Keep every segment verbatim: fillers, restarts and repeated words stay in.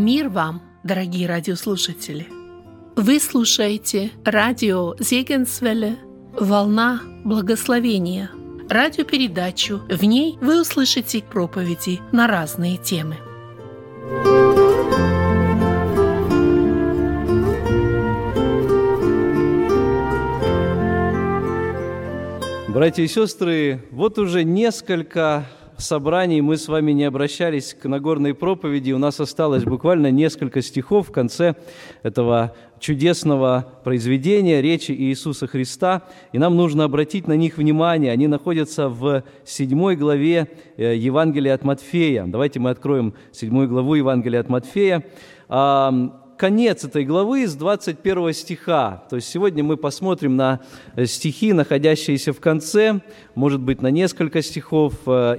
Мир вам, дорогие радиослушатели! Вы слушаете радио Зегенсвелле «Волна благословения», радиопередачу. В ней вы услышите проповеди на разные темы. Братья и сестры, вот уже несколько собраний мы с вами не обращались к Нагорной проповеди. У нас осталось буквально несколько стихов в конце этого чудесного произведения речи Иисуса Христа, и нам нужно обратить на них внимание. Они находятся в седьмой главе Евангелия от Матфея. Давайте мы откроем седьмую главу Евангелия от Матфея. Конец этой главы с двадцать первого стиха. То есть сегодня мы посмотрим на стихи, находящиеся в конце, может быть, на несколько стихов,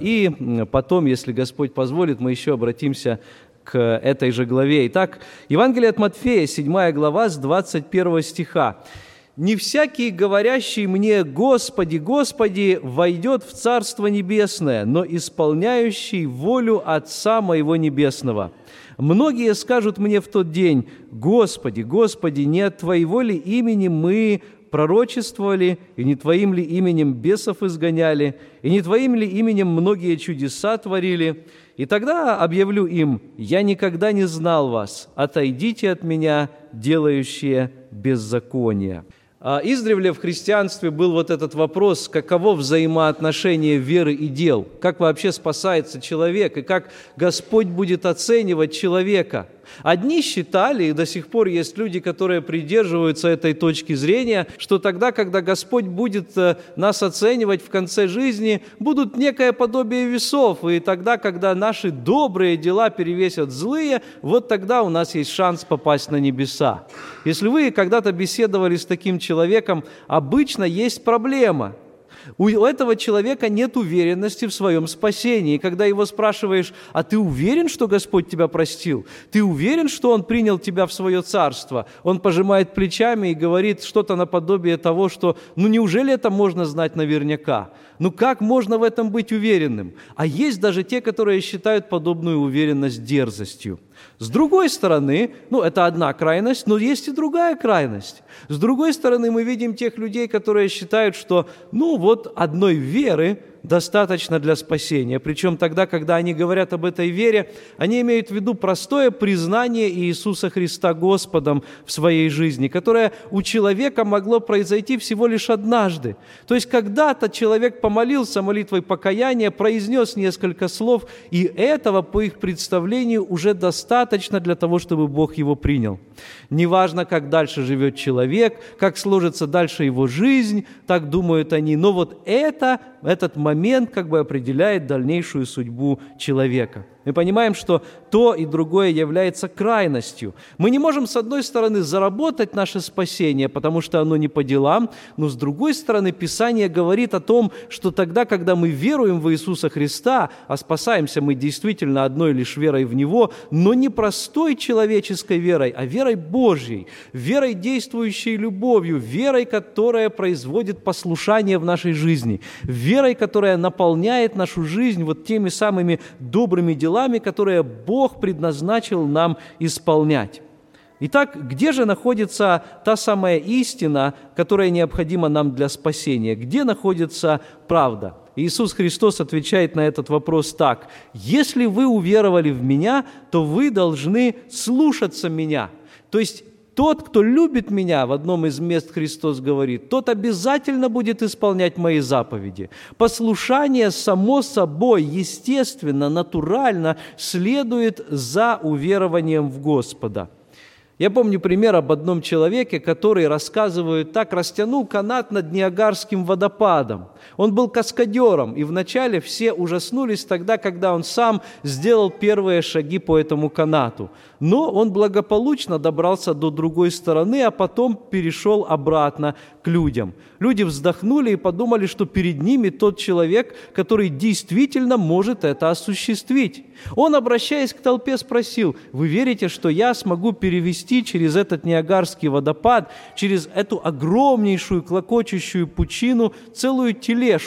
и потом, если Господь позволит, мы еще обратимся к этой же главе. Итак, Евангелие от Матфея, седьмая глава, с двадцать первого стиха. «Не всякий, говорящий мне: Господи, Господи, войдет в Царство Небесное, но исполняющий волю Отца Моего Небесного. Многие скажут мне в тот день: Господи, Господи, не от Твоего ли имени мы пророчествовали, и не Твоим ли именем бесов изгоняли, и не Твоим ли именем многие чудеса творили? И тогда объявлю им: я никогда не знал вас, отойдите от меня, делающие беззаконие». Издревле в христианстве был вот этот вопрос, каково взаимоотношение веры и дел, как вообще спасается человек, и как Господь будет оценивать человека. Одни считали, и до сих пор есть люди, которые придерживаются этой точки зрения, что тогда, когда Господь будет нас оценивать в конце жизни, будут некое подобие весов, и тогда, когда наши добрые дела перевесят злые, вот тогда у нас есть шанс попасть на небеса. Если вы когда-то беседовали с таким человеком, обычно есть проблема. У этого человека нет уверенности в своем спасении. И когда его спрашиваешь: а ты уверен, что Господь тебя простил? Ты уверен, что Он принял тебя в свое царство? Он пожимает плечами и говорит что-то наподобие того, что ну неужели это можно знать наверняка? Ну как можно в этом быть уверенным? А есть даже те, которые считают подобную уверенность дерзостью. С другой стороны, ну это одна крайность, но есть и другая крайность. С другой стороны, мы видим тех людей, которые считают, что ну вот одной веры достаточно для спасения. Причем тогда, когда они говорят об этой вере, они имеют в виду простое признание Иисуса Христа Господом в своей жизни, которое у человека могло произойти всего лишь однажды. То есть когда-то человек помолился молитвой покаяния, произнес несколько слов, и этого, по их представлению, уже достаточно для того, чтобы Бог его принял. Неважно, как дальше живет человек, как сложится дальше его жизнь, так думают они, но вот это, этот момент как бы определяет дальнейшую судьбу человека. Мы понимаем, что то и другое является крайностью. Мы не можем, с одной стороны, заработать наше спасение, потому что оно не по делам, но, с другой стороны, Писание говорит о том, что тогда, когда мы веруем в Иисуса Христа, а спасаемся мы действительно одной лишь верой в Него, но не простой человеческой верой, а верой Божьей, верой, действующей любовью, верой, которая производит послушание в нашей жизни, верой, которая наполняет нашу жизнь вот теми самыми добрыми делами, которые Бог предназначил нам исполнять. Итак, где же находится та самая истина, которая необходима нам для спасения? Где находится правда? Иисус Христос отвечает на этот вопрос так: «Если вы уверовали в Меня, то вы должны слушаться Меня». То есть тот, кто любит Меня, в одном из мест Христос говорит, тот обязательно будет исполнять Мои заповеди. Послушание само собой, естественно, натурально следует за уверованием в Господа. Я помню пример об одном человеке, который, рассказывают так, растянул канат над Ниагарским водопадом. Он был каскадером, и вначале все ужаснулись тогда, когда он сам сделал первые шаги по этому канату. Но он благополучно добрался до другой стороны, а потом перешел обратно к людям. Люди вздохнули и подумали, что перед ними тот человек, который действительно может это осуществить. Он, обращаясь к толпе, спросил: «Вы верите, что я смогу перевести через этот Ниагарский водопад, через эту огромнейшую клокочущую пучину целую тележку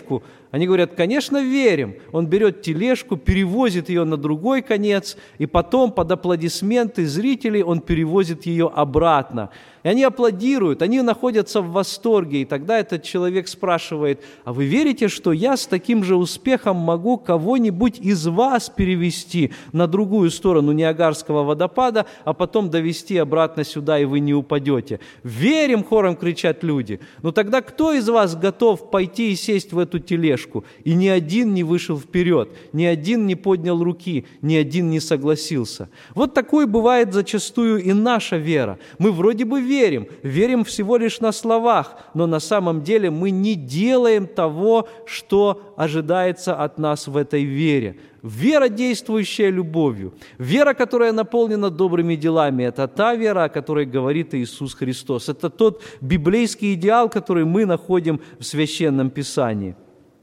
Они говорят: конечно, верим. Он берет тележку, перевозит ее на другой конец, и потом под аплодисменты зрителей он перевозит ее обратно. И они аплодируют, они находятся в восторге. И тогда этот человек спрашивает: а вы верите, что я с таким же успехом могу кого-нибудь из вас перевести на другую сторону Ниагарского водопада, а потом довести обратно сюда, и вы не упадете? Верим, хором кричат люди. Но тогда кто из вас готов пойти и сесть в эту тележку? И ни один не вышел вперед, ни один не поднял руки, ни один не согласился. Вот такой бывает зачастую и наша вера. Мы вроде бы верим, верим всего лишь на словах, но на самом деле мы не делаем того, что ожидается от нас в этой вере. Вера, действующая любовью, вера, которая наполнена добрыми делами, это та вера, о которой говорит Иисус Христос. Это тот библейский идеал, который мы находим в Священном Писании.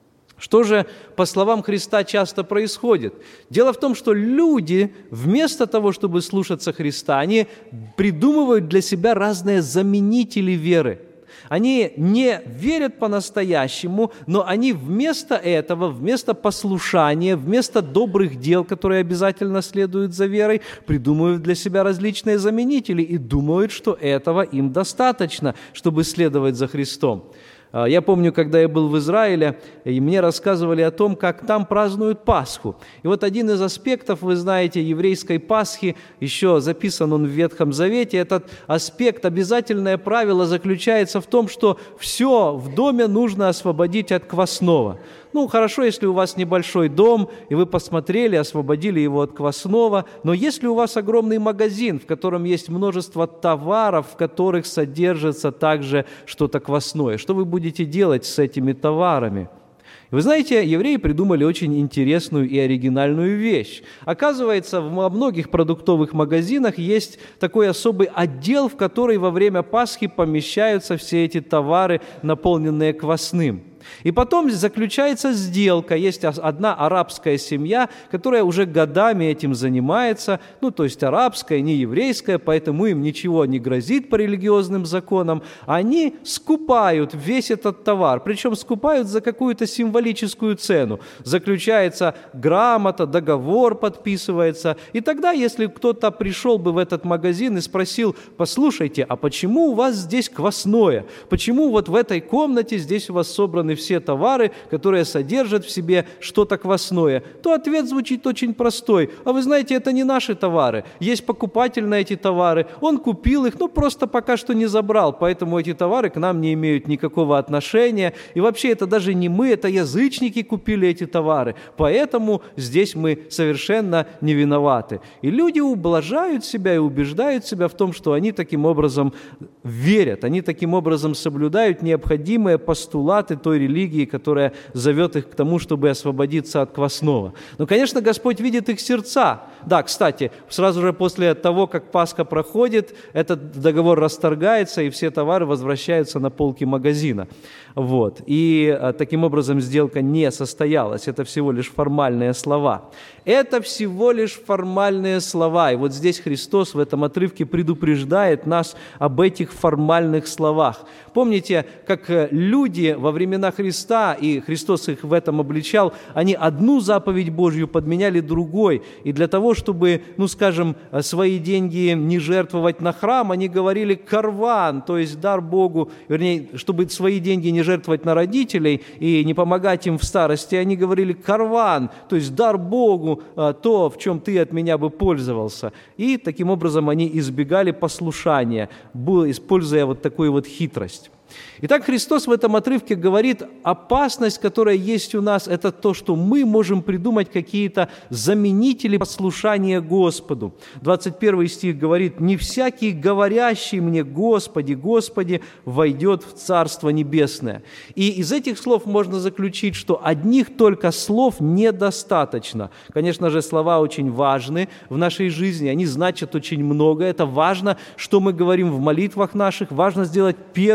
Что же, по словам Христа, часто происходит? Дело в том, что люди, вместо того, чтобы слушаться Христа, они придумывают для себя разные заменители веры. Они не верят по-настоящему, но они вместо этого, вместо послушания, вместо добрых дел, которые обязательно следуют за верой, придумывают для себя различные заменители и думают, что этого им достаточно, чтобы следовать за Христом. Я помню, когда я был в Израиле, и мне рассказывали о том, как там празднуют Пасху. И вот один из аспектов, вы знаете, еврейской Пасхи, еще записан он в Ветхом Завете, этот аспект, обязательное правило заключается в том, что все в доме нужно освободить от квасного. Ну, хорошо, если у вас небольшой дом, и вы посмотрели, освободили его от квасного, но если у вас огромный магазин, в котором есть множество товаров, в которых содержится также что-то квасное, что вы будете делать с этими товарами? Вы знаете, евреи придумали очень интересную и оригинальную вещь. Оказывается, во многих продуктовых магазинах есть такой особый отдел, в который во время Пасхи помещаются все эти товары, наполненные квасным. И потом заключается сделка. Есть одна арабская семья, которая уже годами этим занимается, ну, то есть арабская, не еврейская, поэтому им ничего не грозит по религиозным законам. Они скупают весь этот товар, причем скупают за какую-то символическую цену. Заключается грамота, договор подписывается. И тогда, если кто-то пришел бы в этот магазин и спросил: послушайте, а почему у вас здесь квасное? Почему вот в этой комнате здесь у вас собраны все товары, которые содержат в себе что-то квасное, то ответ звучит очень простой. А вы знаете, это не наши товары. Есть покупатель на эти товары. Он купил их, но просто пока что не забрал. Поэтому эти товары к нам не имеют никакого отношения. И вообще это даже не мы, это язычники купили эти товары. Поэтому здесь мы совершенно не виноваты. И люди ублажают себя и убеждают себя в том, что они таким образом верят. Они таким образом соблюдают необходимые постулаты той религии, которая зовет их к тому, чтобы освободиться от квасного. Но, конечно, Господь видит их сердца. Да, кстати, сразу же после того, как Пасха проходит, этот договор расторгается, и все товары возвращаются на полки магазина. Вот. И а, таким образом сделка не состоялась. Это всего лишь формальные слова. Это всего лишь формальные слова. И вот здесь Христос в этом отрывке предупреждает нас об этих формальных словах. Помните, как люди во времена Христа, и Христос их в этом обличал, они одну заповедь Божью подменяли другой. И для того, чтобы, ну скажем, свои деньги не жертвовать на храм, они говорили «карван», то есть дар Богу, вернее, чтобы свои деньги не жертвовать на родителей и не помогать им в старости, они говорили «карван», то есть дар Богу, то, в чем ты от меня бы пользовался. И таким образом они избегали послушания, используя вот такую вот хитрость. Итак, Христос в этом отрывке говорит, опасность, которая есть у нас, это то, что мы можем придумать какие-то заменители послушания Господу. двадцать первый стих говорит: «Не всякий, говорящий мне Господи, Господи, войдет в Царство Небесное». И из этих слов можно заключить, что одних только слов недостаточно. Конечно же, слова очень важны в нашей жизни, они значат очень много. Это важно, что мы говорим в молитвах наших, важно сделать первый шаг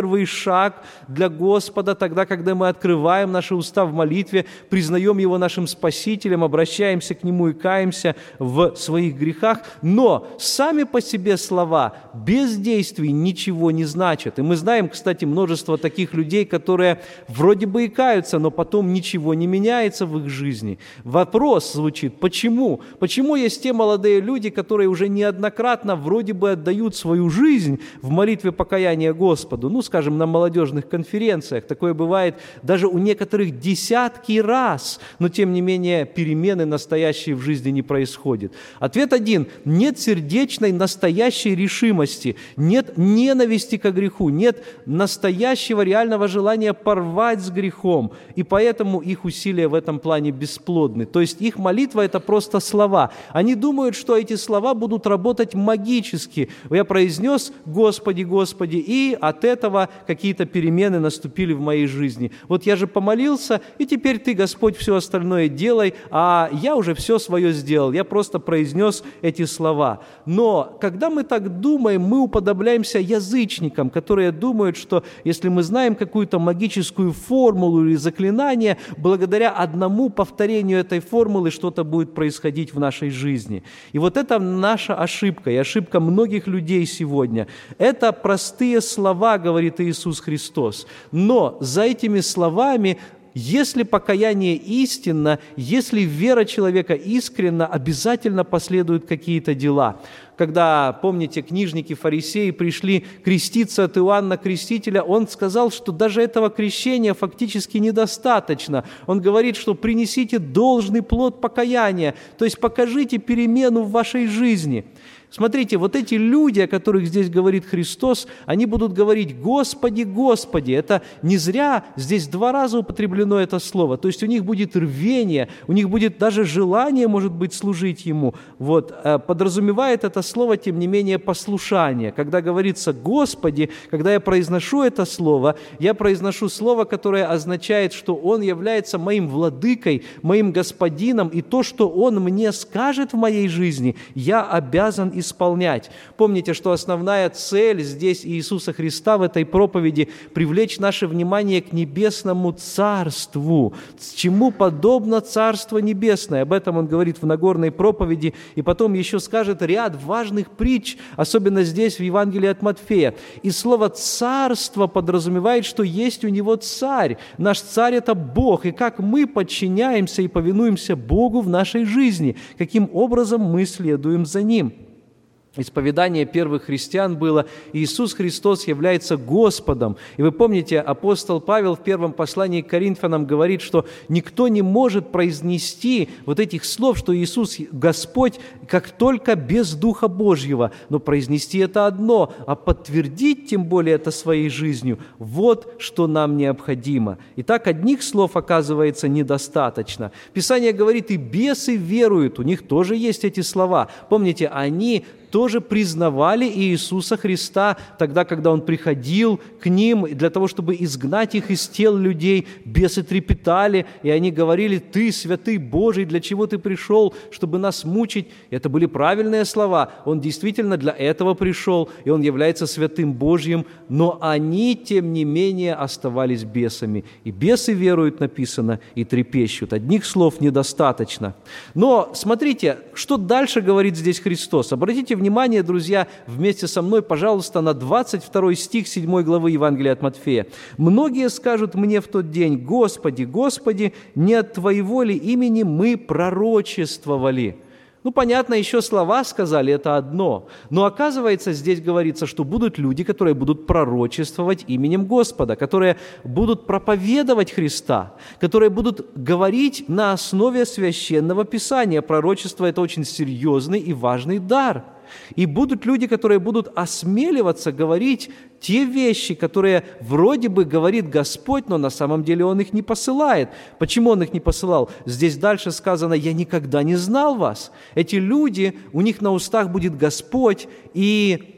шаг для Господа тогда, когда мы открываем наши уста в молитве, признаем Его нашим Спасителем, обращаемся к Нему и каемся в своих грехах. Но сами по себе слова без действий ничего не значат. И мы знаем, кстати, множество таких людей, которые вроде бы и каются, но потом ничего не меняется в их жизни. Вопрос звучит, почему? Почему есть те молодые люди, которые уже неоднократно вроде бы отдают свою жизнь в молитве покаяния Господу? Ну, скажем, на молодежных конференциях. Такое бывает даже у некоторых десятки раз, но тем не менее перемены настоящие в жизни не происходят. Ответ один. Нет сердечной настоящей решимости, нет ненависти к греху, нет настоящего реального желания порвать с грехом, и поэтому их усилия в этом плане бесплодны. То есть их молитва – это просто слова. Они думают, что эти слова будут работать магически. Я произнес «Господи, Господи», и от этого какие-то перемены наступили в моей жизни. Вот я же помолился, и теперь Ты, Господь, все остальное делай, а я уже все свое сделал. Я просто произнес эти слова. Но когда мы так думаем, мы уподобляемся язычникам, которые думают, что если мы знаем какую-то магическую формулу или заклинание, благодаря одному повторению этой формулы что-то будет происходить в нашей жизни. И вот это наша ошибка, и ошибка многих людей сегодня. Это простые слова, говорит Иисус Христос. Но за этими словами, если покаяние истинно, если вера человека искренна, обязательно последуют какие-то дела. Когда, помните, книжники, фарисеи пришли креститься от Иоанна Крестителя, он сказал, что даже этого крещения фактически недостаточно. Он говорит, что принесите должный плод покаяния, то есть покажите перемену в вашей жизни. Смотрите, вот эти люди, о которых здесь говорит Христос, они будут говорить «Господи, Господи». Это не зря здесь два раза употреблено это слово. То есть у них будет рвение, у них будет даже желание, может быть, служить Ему. Вот. Подразумевает это слово, тем не менее, послушание. Когда говорится «Господи», когда я произношу это слово, я произношу слово, которое означает, что Он является моим владыкой, моим господином, и то, что Он мне скажет в моей жизни, я обязан исполнять. исполнять. Помните, что основная цель здесь Иисуса Христа в этой проповеди – привлечь наше внимание к небесному Царству. Чему подобно Царство Небесное? Об этом Он говорит в Нагорной проповеди, и потом еще скажет ряд важных притч, особенно здесь, в Евангелии от Матфея. И слово «царство» подразумевает, что есть у Него Царь. Наш Царь – это Бог, и как мы подчиняемся и повинуемся Богу в нашей жизни, каким образом мы следуем за Ним. Исповедание первых христиан было «Иисус Христос является Господом». И вы помните, апостол Павел в первом послании к Коринфянам говорит, что никто не может произнести вот этих слов, что Иисус Господь, как только без Духа Божьего. Но произнести это одно, а подтвердить тем более это своей жизнью – вот что нам необходимо. Итак, одних слов оказывается недостаточно. Писание говорит, и бесы веруют, у них тоже есть эти слова. Помните, они тоже признавали Иисуса Христа тогда, когда Он приходил к ним, для того, чтобы изгнать их из тел людей. Бесы трепетали, и они говорили: «Ты, святый Божий, для чего Ты пришел, чтобы нас мучить?» И это были правильные слова. Он действительно для этого пришел, и Он является святым Божьим, но они, тем не менее, оставались бесами. И бесы веруют, написано, и трепещут. Одних слов недостаточно. Но смотрите, что дальше говорит здесь Христос. Обратите внимание, друзья, вместе со мной, пожалуйста, на двадцать второй стих седьмой главы Евангелия от Матфея. «Многие скажут мне в тот день: Господи, Господи, не от Твоего ли имени мы пророчествовали?» Ну, понятно, еще слова сказали, это одно. Но оказывается, здесь говорится, что будут люди, которые будут пророчествовать именем Господа, которые будут проповедовать Христа, которые будут говорить на основе Священного Писания. Пророчество – это очень серьезный и важный дар. И будут люди, которые будут осмеливаться говорить те вещи, которые вроде бы говорит Господь, но на самом деле Он их не посылает. Почему Он их не посылал? Здесь дальше сказано: «Я никогда не знал вас». Эти люди, у них на устах будет Господь, и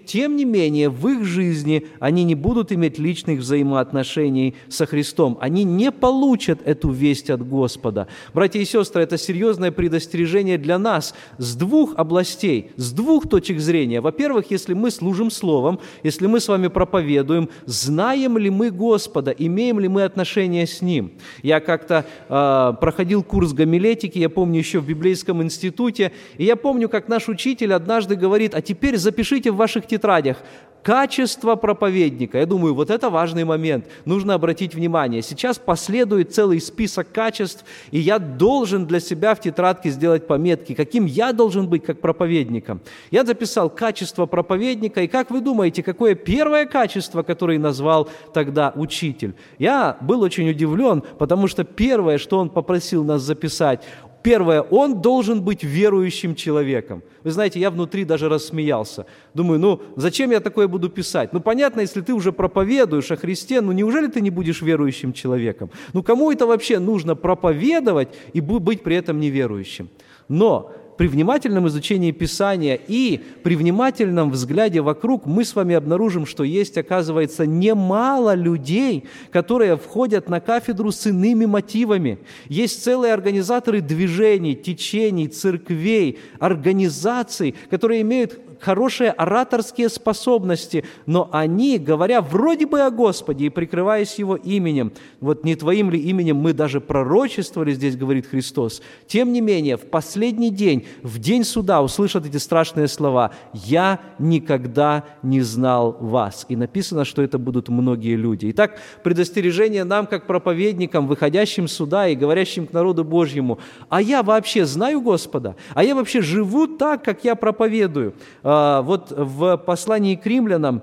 тем не менее, в их жизни они не будут иметь личных взаимоотношений со Христом. Они не получат эту весть от Господа. Братья и сестры, это серьезное предостережение для нас с двух областей, с двух точек зрения. Во-первых, если мы служим Словом, если мы с вами проповедуем, знаем ли мы Господа, имеем ли мы отношения с Ним. Я как-то э, проходил курс гомилетики, я помню, еще в библейском институте, и я помню, как наш учитель однажды говорит: а теперь запишите в ваших тетрадях качество проповедника. Я думаю, вот это важный момент, нужно обратить внимание. Сейчас последует целый список качеств, и я должен для себя в тетрадке сделать пометки, каким я должен быть как проповедником. Я записал качество проповедника, и как вы думаете, какое первое качество, которое назвал тогда учитель? Я был очень удивлен, потому что первое, что он попросил нас записать, первое, он должен быть верующим человеком. Вы знаете, я внутри даже рассмеялся. Думаю, ну, зачем я такое буду писать? Ну, понятно, если ты уже проповедуешь о Христе, ну, неужели ты не будешь верующим человеком? Ну, кому это вообще нужно проповедовать и быть при этом неверующим? Но при внимательном изучении Писания и при внимательном взгляде вокруг мы с вами обнаружим, что есть, оказывается, немало людей, которые входят на кафедру с иными мотивами. Есть целые организаторы движений, течений, церквей, организаций, которые имеют хорошие ораторские способности, но они, говоря вроде бы о Господе и прикрываясь Его именем, вот не Твоим ли именем мы даже пророчествовали, здесь говорит Христос, тем не менее, в последний день, в день суда услышат эти страшные слова: «Я никогда не знал вас». И написано, что это будут многие люди. Итак, предостережение нам, как проповедникам, выходящим сюда и говорящим к народу Божьему: «А я вообще знаю Господа? А я вообще живу так, как я проповедую?» Вот в послании к римлянам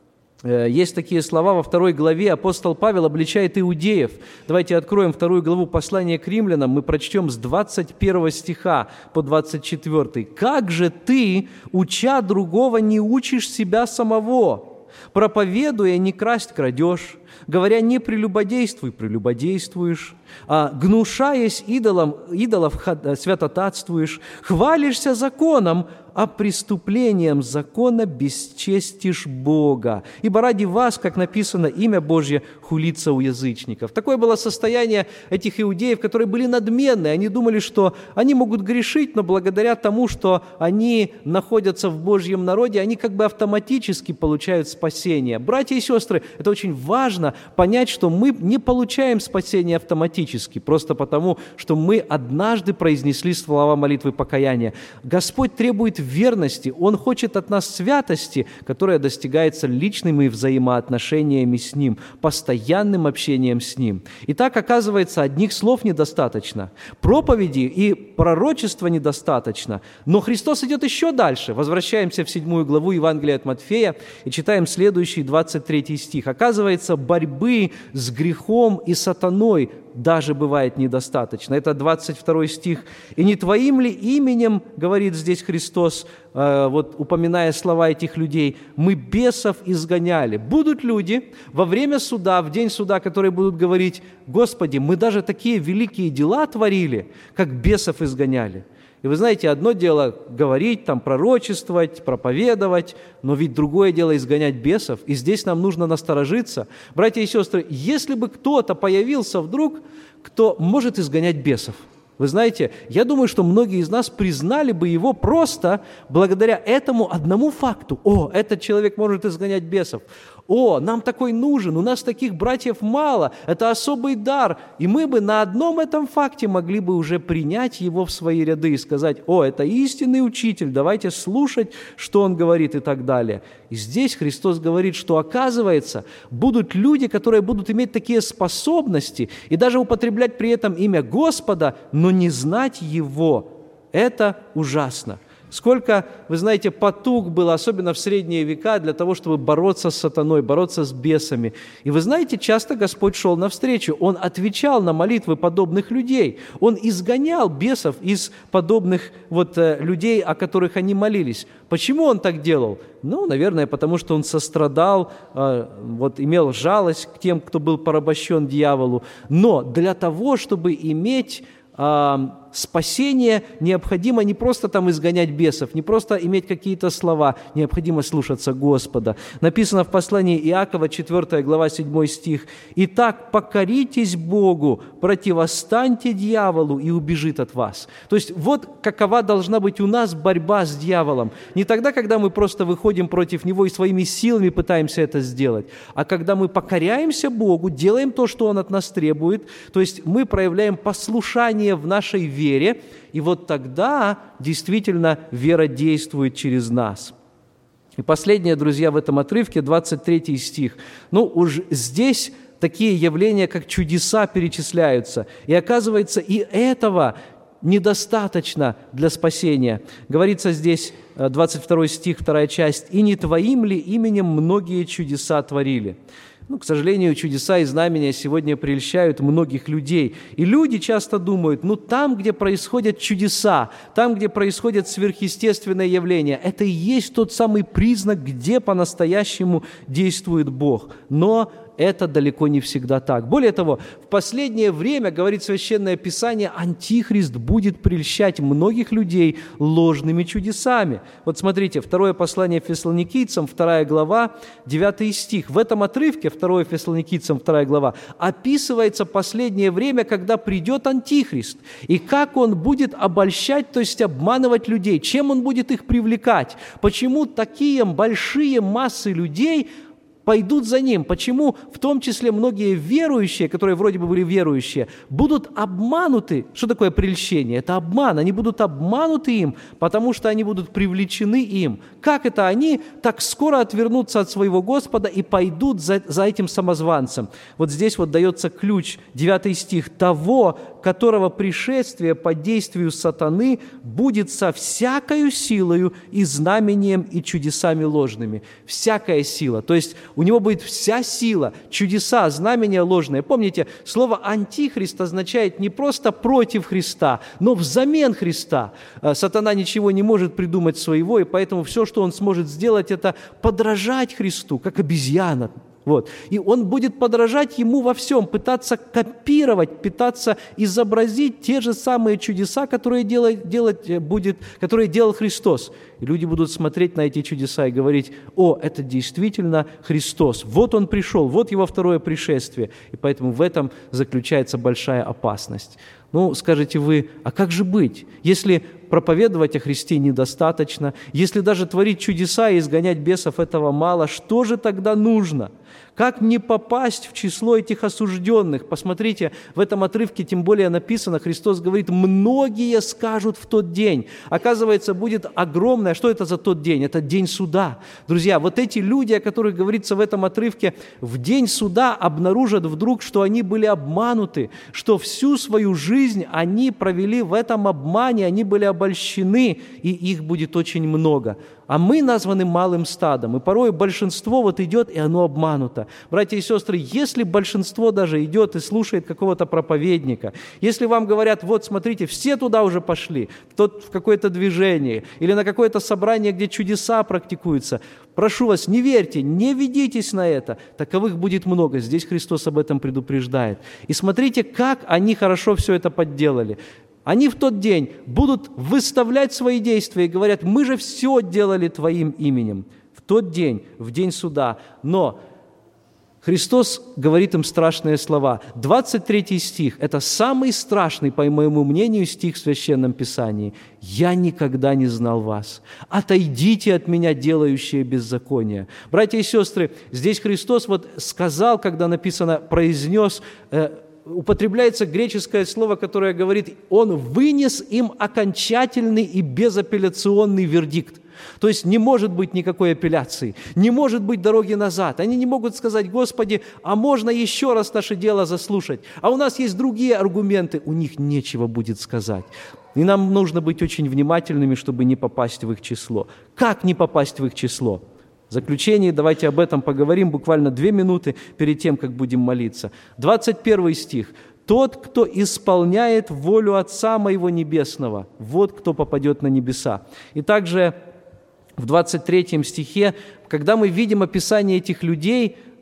есть такие слова во второй главе. Апостол Павел обличает иудеев. Давайте откроем вторую главу послания к римлянам. Мы прочтем с двадцать первого стиха по двадцать четвёртый. «Как же ты, уча другого, не учишь себя самого? Проповедуя, не красть крадешь, говоря, не прелюбодействуй, прелюбодействуешь, а, гнушаясь идолом, идолов святотатствуешь, хвалишься законом, а преступлением закона бесчестишь Бога. Ибо ради вас, как написано, имя Божье хулится у язычников». Такое было состояние этих иудеев, которые были надменны. Они думали, что они могут грешить, но благодаря тому, что они находятся в Божьем народе, они как бы автоматически получают спасение. Братья и сестры, это очень важно понять, что мы не получаем спасение автоматически, просто потому, что мы однажды произнесли слова молитвы покаяния. Господь требует верности, Он хочет от нас святости, которая достигается личными взаимоотношениями с Ним, постоянным общением с Ним. Итак, оказывается, одних слов недостаточно, проповеди и пророчества недостаточно, но Христос идет еще дальше. Возвращаемся в седьмую главу Евангелия от Матфея и читаем следующий двадцать третий стих. Оказывается, борьбы с грехом и сатаной даже бывает недостаточно. Это двадцать второй стих. «И не твоим ли именем, — говорит здесь Христос, э, вот упоминая слова этих людей, — мы бесов изгоняли». Будут люди во время суда, в день суда, которые будут говорить: «Господи, мы даже такие великие дела творили, как бесов изгоняли». И вы знаете, одно дело говорить, там, пророчествовать, проповедовать, но ведь другое дело изгонять бесов. И здесь нам нужно насторожиться. Братья и сестры, если бы кто-то появился вдруг, кто может изгонять бесов, вы знаете, я думаю, что многие из нас признали бы его просто благодаря этому одному факту. О, этот человек может изгонять бесов. О, нам такой нужен, у нас таких братьев мало, это особый дар. И мы бы на одном этом факте могли бы уже принять его в свои ряды и сказать: о, это истинный учитель, давайте слушать, что он говорит и так далее. И здесь Христос говорит, что, оказывается, будут люди, которые будут иметь такие способности и даже употреблять при этом имя Господа, но не знать Его. Это ужасно. Сколько, вы знаете, потуг было, особенно в средние века, для того, чтобы бороться с сатаной, бороться с бесами. И вы знаете, часто Господь шел навстречу. Он отвечал на молитвы подобных людей. Он изгонял бесов из подобных вот людей, о которых они молились. Почему Он так делал? Ну, наверное, потому что Он сострадал, вот, имел жалость к тем, кто был порабощен дьяволу. Но для того, чтобы иметь спасение необходимо не просто там изгонять бесов, не просто иметь какие-то слова, необходимо слушаться Господа. Написано в послании Иакова, четвёртая глава, седьмой стих: «Итак, покоритесь Богу, противостаньте дьяволу, и убежит от вас». То есть вот какова должна быть у нас борьба с дьяволом. Не тогда, когда мы просто выходим против него и своими силами пытаемся это сделать, а когда мы покоряемся Богу, делаем то, что Он от нас требует, то есть мы проявляем послушание в нашей вере, и вот тогда действительно вера действует через нас. И последнее, друзья, в этом отрывке, двадцать третий стих. Ну, уж здесь такие явления, как чудеса, перечисляются. И оказывается, и этого недостаточно для спасения. Говорится здесь, двадцать второй стих, вторая часть: «И не Твоим ли именем многие чудеса творили?» Ну, к сожалению, чудеса и знамения сегодня прельщают многих людей. И люди часто думают, ну, там, где происходят чудеса, там, где происходят сверхъестественные явления, это и есть тот самый признак, где по-настоящему действует Бог. Но это далеко не всегда так. Более того, в последнее время, говорит Священное Писание, Антихрист будет прельщать многих людей ложными чудесами. Вот смотрите, второе послание Фессалоникийцам, вторая глава, девятый стих. В этом отрывке, второе Фессалоникийцам, вторая глава, описывается последнее время, когда придет Антихрист, и как он будет обольщать, то есть обманывать людей, чем он будет их привлекать, почему такие большие массы людей пойдут за ним. Почему в том числе многие верующие, которые вроде бы были верующие, будут обмануты? Что такое прельщение? Это обман. Они будут обмануты им, потому что они будут привлечены им. Как это они так скоро отвернутся от своего Господа и пойдут за, за этим самозванцем? Вот здесь вот дается ключ, девятый стих: «Того, которого пришествие по действию сатаны будет со всякою силою и знамением и чудесами ложными». Всякая сила. То есть у него будет вся сила, чудеса, знамения ложные. Помните, слово «антихрист» означает не просто против Христа, но взамен Христа. Сатана ничего не может придумать своего, и поэтому все, что он сможет сделать, это подражать Христу, как обезьяна. Вот. И он будет подражать ему во всем, пытаться копировать, пытаться изобразить те же самые чудеса, которые, делать, делать будет, которые делал Христос. И люди будут смотреть на эти чудеса и говорить: «О, это действительно Христос, вот Он пришел, вот Его второе пришествие». И поэтому в этом заключается большая опасность. Ну, скажете вы, а как же быть, если проповедовать о Христе недостаточно, если даже творить чудеса и изгонять бесов этого мало, что же тогда нужно? Как не попасть в число этих осужденных? Посмотрите, в этом отрывке тем более написано, Христос говорит: «Многие скажут в тот день». Оказывается, будет огромное, что это за тот день? Это день суда. Друзья, вот эти люди, о которых говорится в этом отрывке, в день суда обнаружат вдруг, что они были обмануты, что всю свою жизнь они провели в этом обмане, они были обольщены, и их будет очень много. А мы названы малым стадом, и порой большинство вот идет, и оно обмануто. Братья и сестры, если большинство даже идет и слушает какого-то проповедника, если вам говорят: вот смотрите, все туда уже пошли, тот в какое-то движение, или на какое-то собрание, где чудеса практикуются, прошу вас, не верьте, не ведитесь на это, таковых будет много. Здесь Христос об этом предупреждает. И смотрите, как они хорошо все это подделали. Они в тот день будут выставлять свои действия и говорят: мы же все делали Твоим именем. В тот день, в день суда. Но Христос говорит им страшные слова. двадцать третий стих – это самый страшный, по моему мнению, стих в Священном Писании. «Я никогда не знал вас. Отойдите от меня, делающие беззаконие». Братья и сестры, здесь Христос вот сказал, когда написано, произнес, э, употребляется греческое слово, которое говорит: «Он вынес им окончательный и безапелляционный вердикт». То есть не может быть никакой апелляции, не может быть дороги назад. Они не могут сказать: «Господи, а можно еще раз наше дело заслушать? А у нас есть другие аргументы». У них нечего будет сказать. И нам нужно быть очень внимательными, чтобы не попасть в их число. Как не попасть в их число? В заключение давайте об этом поговорим буквально две минуты перед тем, как будем молиться. двадцать первый стих. «Тот, кто исполняет волю Отца Моего Небесного, вот кто попадет на небеса». И также в двадцать третьем стихе, когда мы видим описание этих людей,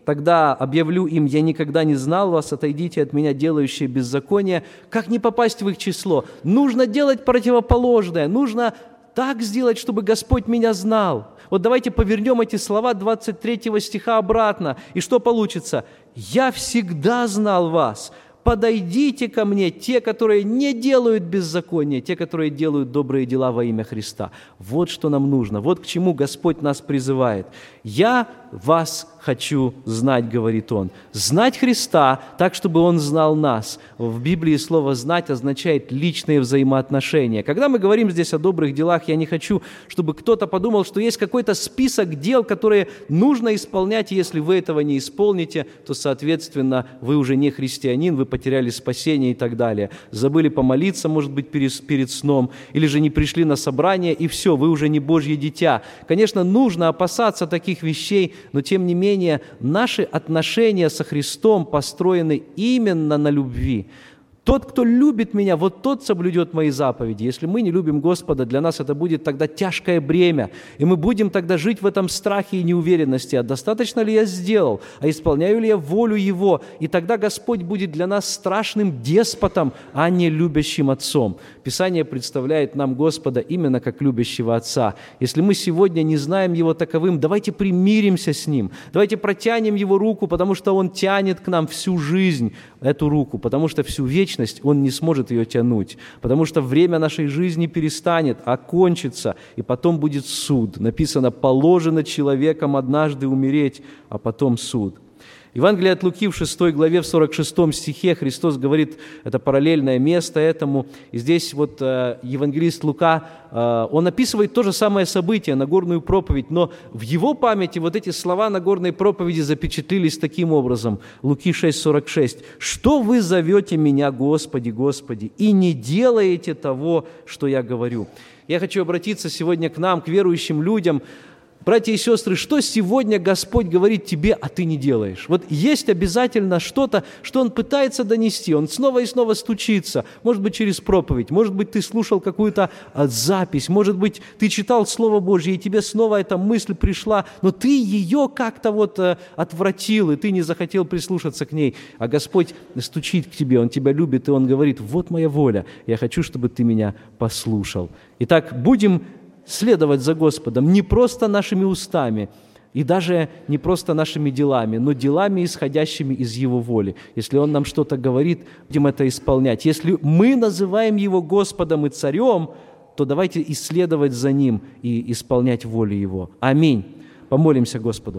Тогда объявлю им: я никогда не знал вас, отойдите от меня, делающие беззаконие. Как не попасть в их число? Нужно делать противоположное, нужно так сделать, чтобы Господь меня знал. Вот давайте повернем эти слова двадцать третьего стиха обратно, и что получится? «Я всегда знал вас». Подойдите ко мне, те, которые не делают беззакония, те, которые делают добрые дела во имя Христа. Вот что нам нужно, вот к чему Господь нас призывает. «Я вас хочу знать», говорит Он. Знать Христа так, чтобы Он знал нас. В Библии слово «знать» означает личные взаимоотношения. Когда мы говорим здесь о добрых делах, я не хочу, чтобы кто-то подумал, что есть какой-то список дел, которые нужно исполнять, и если вы этого не исполните, то, соответственно, вы уже не христианин, вы потеряли спасение и так далее. Забыли помолиться, может быть, перед сном, или же не пришли на собрание, и все, вы уже не Божье дитя. Конечно, нужно опасаться таких вещей, но тем не менее наши отношения со Христом построены именно на любви. Тот, кто любит меня, вот тот соблюдет мои заповеди. Если мы не любим Господа, для нас это будет тогда тяжкое бремя, и мы будем тогда жить в этом страхе и неуверенности, а достаточно ли я сделал, а исполняю ли я волю Его, и тогда Господь будет для нас страшным деспотом, а не любящим Отцом. Писание представляет нам Господа именно как любящего Отца. Если мы сегодня не знаем Его таковым, давайте примиримся с Ним, давайте протянем Его руку, потому что Он тянет к нам всю жизнь эту руку, потому что всю вечность Он не сможет ее тянуть, потому что время нашей жизни перестанет, окончится, и потом будет суд. Написано: «Положено человеком однажды умереть, а потом суд». Евангелие от Луки в шестой главе, в сорок шестом стихе Христос говорит, это параллельное место этому, и здесь вот э, евангелист Лука, э, он описывает то же самое событие, Нагорную проповедь, но в его памяти вот эти слова Нагорной проповеди запечатлились таким образом. Луки шесть сорок шесть. «Что вы зовете меня, Господи, Господи, и не делаете того, что я говорю?» Я хочу обратиться сегодня к нам, к верующим людям. Братья и сестры, что сегодня Господь говорит тебе, а ты не делаешь? Вот есть обязательно что-то, что Он пытается донести. Он снова и снова стучится. Может быть, через проповедь. Может быть, ты слушал какую-то запись. Может быть, ты читал Слово Божье, и тебе снова эта мысль пришла, но ты ее как-то вот отвратил, и ты не захотел прислушаться к ней. А Господь стучит к тебе, Он тебя любит, и Он говорит: вот моя воля, я хочу, чтобы ты меня послушал. Итак, будем следовать за Господом не просто нашими устами и даже не просто нашими делами, но делами, исходящими из Его воли. Если Он нам что-то говорит, будем это исполнять. Если мы называем Его Господом и Царем, то давайте исследовать за Ним и исполнять волю Его. Аминь. Помолимся Господу.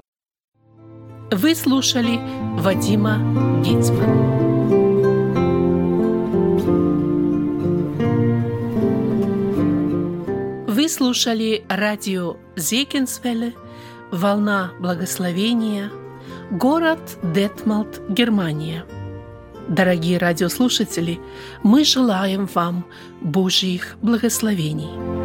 Вы слушали Вадима Гетцмана. Вы слушали радио Зегенсвелле, «Волна благословения», город Детмалт, Германия. Дорогие радиослушатели, мы желаем вам Божьих благословений.